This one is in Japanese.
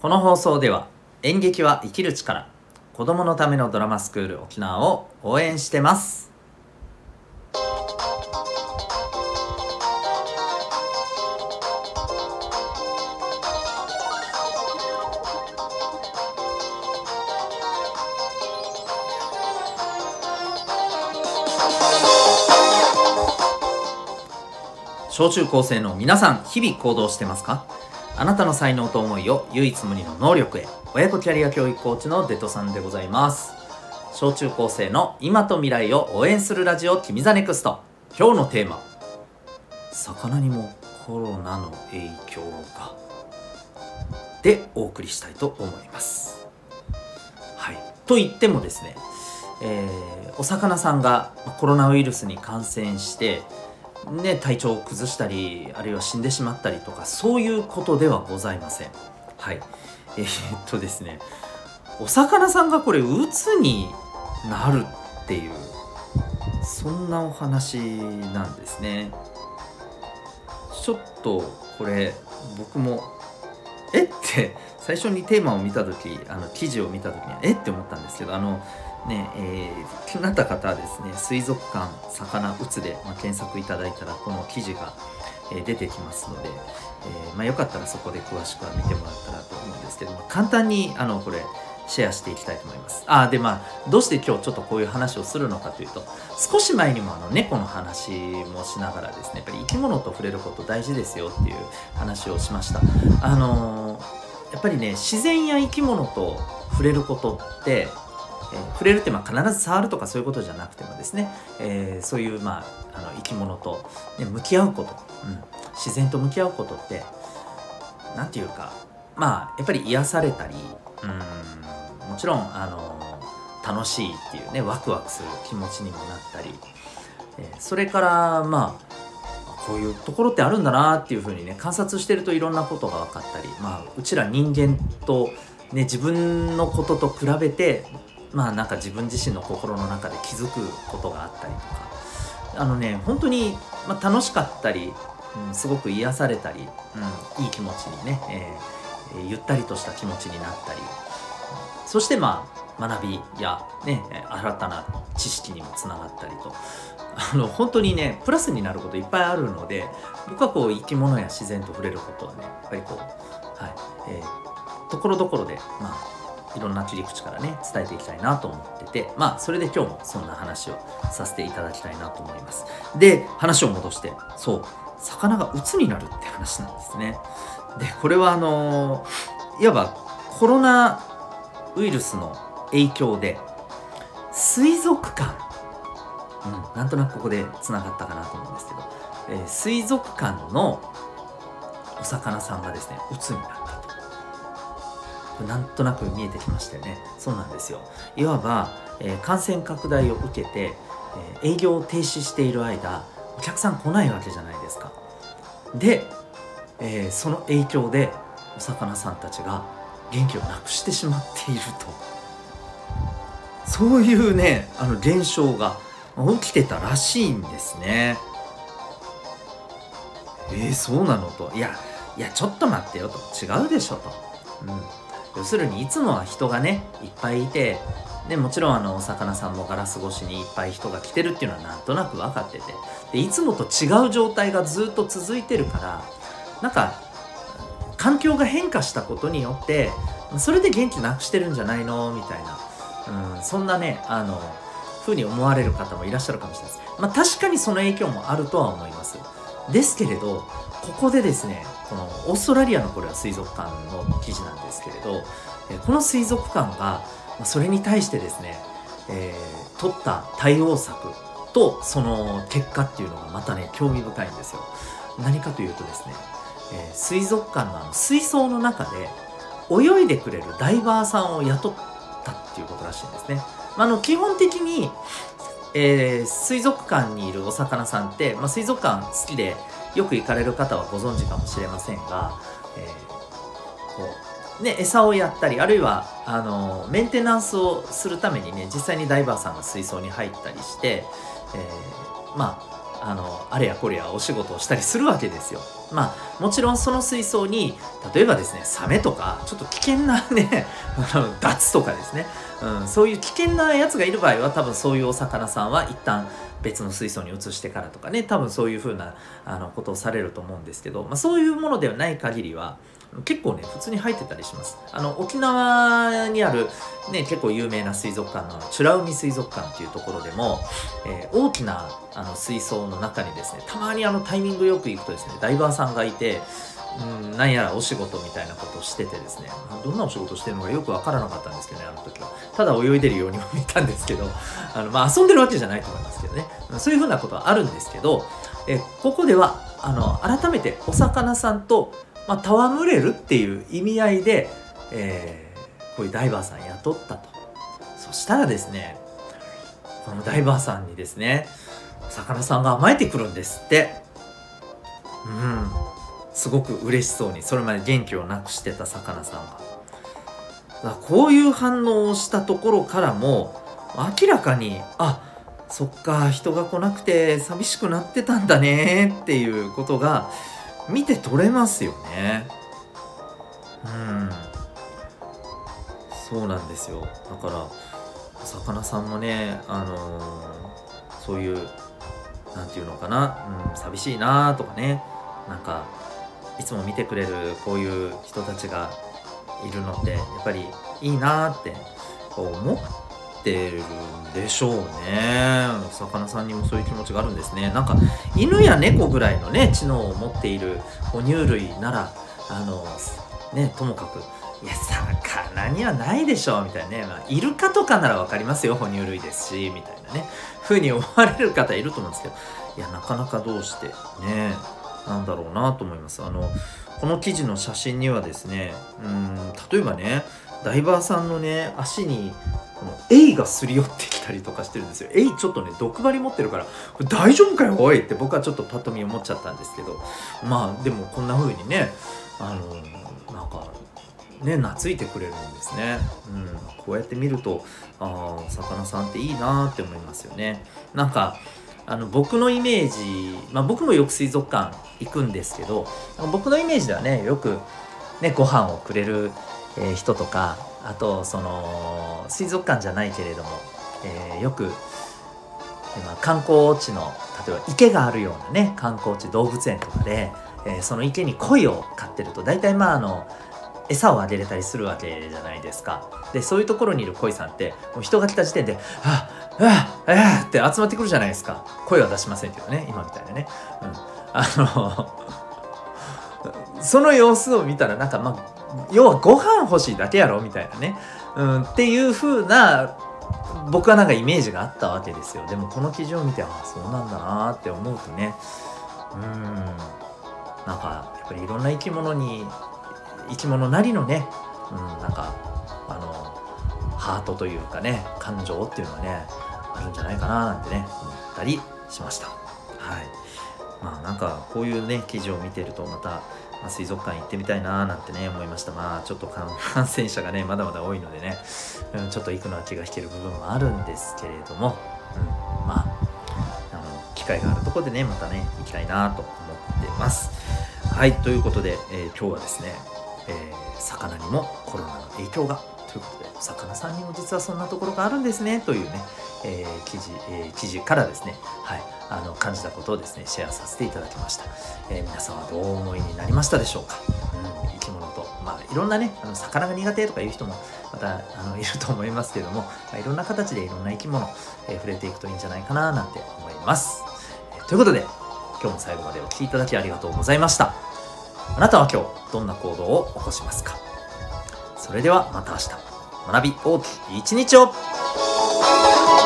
この放送では演劇は生きる力、子どものためのドラマスクール沖縄を応援してます。小中高生の皆さん、日々行動してますか？あなたの才能と思いを唯一無二の能力へ。親子キャリア教育コーチのデトさんでございます。小中高生の今と未来を応援するラジオ、君ザネクスト。今日のテーマ、魚にもコロナの影響がでお送りしたいと思います。はい、と言ってもですね、お魚さんがコロナウイルスに感染して体調を崩したり、あるいは死んでしまったりとか、そういうことではございません。はい。ですね、お魚さんがこれ鬱になるっていう、そんなお話なんですね。ちょっとこれ僕もって最初にテーマを見た時、記事を見た時にって思ったんですけど、気になった方はですね、水族館魚うつで、検索いただいたらこの記事が、出てきますので、よかったらそこで詳しくは見てもらったらと思うんですけども、簡単にこれシェアしていきたいと思います。どうして今日ちょっとこういう話をするのかというと、少し前にも猫の話もしながらですね、やっぱり生き物と触れること大事ですよっていう話をしました。やっぱりね、自然や生き物と触れることって、触れるって必ず触るとかそういうことじゃなくてもですね、そういう生き物と、向き合うこと、自然と向き合うことってなんていうか、やっぱり癒されたり、もちろん楽しいっていうね、ワクワクする気持ちにもなったり、それからこういうところってあるんだなっていう風にね、観察してるといろんなことが分かったり、うちら人間とね、自分のことと比べてなんか自分自身の心の中で気づくことがあったりとか、本当に、楽しかったり、すごく癒されたり、いい気持ちにね、ゆったりとした気持ちになったり、そして学びやね、新たな知識にもつながったりと、本当にね、プラスになることいっぱいあるので、僕はこう生き物や自然と触れることはね、やっぱりこう、ところどころでいろんな切り口からね伝えていきたいなと思ってて、それで今日もそんな話をさせていただきたいなと思います。で、話を戻して、魚が鬱になるって話なんですね。で、これはいわばコロナウイルスの影響で水族館、なんとなくここでつながったかなと思うんですけど、水族館のお魚さんがですね、鬱になったと。なんとなく見えてきましたよね。そうなんですよ。いわば、感染拡大を受けて、営業を停止している間、お客さん来ないわけじゃないですか。で、その影響でお魚さんたちが元気をなくしてしまっていると、そういうね、現象が起きてたらしいんですね。そうなのと、いやちょっと待ってよと、違うでしょと、要するにいつもは人がねいっぱいいて、でもちろんお魚さんもガラス越しにいっぱい人が来てるっていうのはなんとなく分かってて、でいつもと違う状態がずっと続いてるから、なんか環境が変化したことによってそれで元気なくしてるんじゃないのみたいな、そんなね風に思われる方もいらっしゃるかもしれないです。確かにその影響もあるとは思います。ですけれど、ここでですね、このオーストラリアのこれは水族館の記事なんですけれど、この水族館がそれに対してですね、取った対応策とその結果っていうのがまたね興味深いんですよ。何かというとですね、水族館の水槽の中で泳いでくれるダイバーさんを雇ったっていうことらしいんですね。基本的に水族館にいるお魚さんって、水族館好きでよく行かれる方はご存知かもしれませんが、餌をやったり、あるいはメンテナンスをするためにね、実際にダイバーさんが水槽に入ったりして、 あれやこれやお仕事をしたりするわけですよ。もちろんその水槽に例えばですね、サメとかちょっと危険なねダツとかですね、そういう危険なやつがいる場合は多分そういうお魚さんは一旦別の水槽に移してからとかね、多分そういう風なことをされると思うんですけど、そういうものではない限りは結構ね普通に入ってたりします。沖縄にあるね結構有名な水族館の美ら海水族館っていうところでも、大きな水槽の中にですね、たまにタイミングよく行くとですね、ダイバーさんがいて、なんやらお仕事みたいなことをしててですね、どんなお仕事してるのかよくわからなかったんですけどね、あの時は。ただ泳いでるようにも見たんですけど、遊んでるわけじゃないと思いますけどね、そういうふうなことはあるんですけど、ここでは改めてお魚さんと、戯れるっていう意味合いで、こういうダイバーさん雇ったと。そしたらですね、このダイバーさんにですね、お魚さんが甘えてくるんですって。すごく嬉しそうに、それまで元気をなくしてた魚さんが。だからこういう反応をしたところからも明らかに、そっか、人が来なくて寂しくなってたんだねっていうことが見て取れますよね。そうなんですよ。だからお魚さんもね、そういうなんていうのかな、寂しいなとかね、なんかいつも見てくれるこういう人たちがいるのってやっぱりいいなって思ってるんでしょうね。お魚さんにもそういう気持ちがあるんですね。なんか犬や猫ぐらいのね知能を持っている哺乳類ならともかく、いや魚にはないでしょみたいなね、イルカとかならわかりますよ、哺乳類ですしみたいなね風に思われる方いると思うんですけど、いやなかなかどうしてねなんだろうなと思います。この記事の写真にはですね、例えばね、ダイバーさんのね足にこのエイがすり寄ってきたりとかしてるんですよ。エイちょっとね毒針持ってるから、これ大丈夫かよおいって僕はちょっとパッと見思っちゃったんですけど、でもこんな風にねなんかね懐いてくれるんですね。こうやって見るとお魚さんっていいなって思いますよね。なんか僕のイメージ、僕もよく水族館行くんですけど、僕のイメージではねよくねご飯をくれる、人とか、あとその水族館じゃないけれども、よく、観光地の例えば池があるようなね観光地、動物園とかで、その池に鯉を飼ってると大体餌をあげれたりするわけじゃないですか。でそういうところにいる鯉さんってもう人が来た時点でって集まってくるじゃないですか。声は出しませんけどね、今みたいなね。その様子を見たらなんか要はご飯欲しいだけやろみたいなね、っていう風な僕はなんかイメージがあったわけですよ。でもこの記事を見てそうなんだなって思うとね、なんかやっぱりいろんな生き物なりのね、なんかハートというかね感情っていうのはねあるんじゃないかななんてね思ったりしました。なんかこういうね記事を見てるとまた水族館行ってみたいななんてね思いました。ちょっと感染者がねまだまだ多いのでね、ちょっと行くのは気が引ける部分もあるんですけれども、機会があるところでねまたね行きたいなと思ってます。ということで、今日はですね、魚にもコロナの影響がということで、お魚さんにも実はそんなところがあるんですねというね、記事からですね、感じたことをですねシェアさせていただきました。皆さんはどうお思いになりましたでしょうか。生き物といろんなね魚が苦手とかいう人もまたいると思いますけれども、いろんな形でいろんな生き物、触れていくといいんじゃないかななんて思います。ということで今日も最後までお聞きいただきありがとうございました。あなたは今日どんな行動を起こしますか。それではまた明日、学び大きい一日を。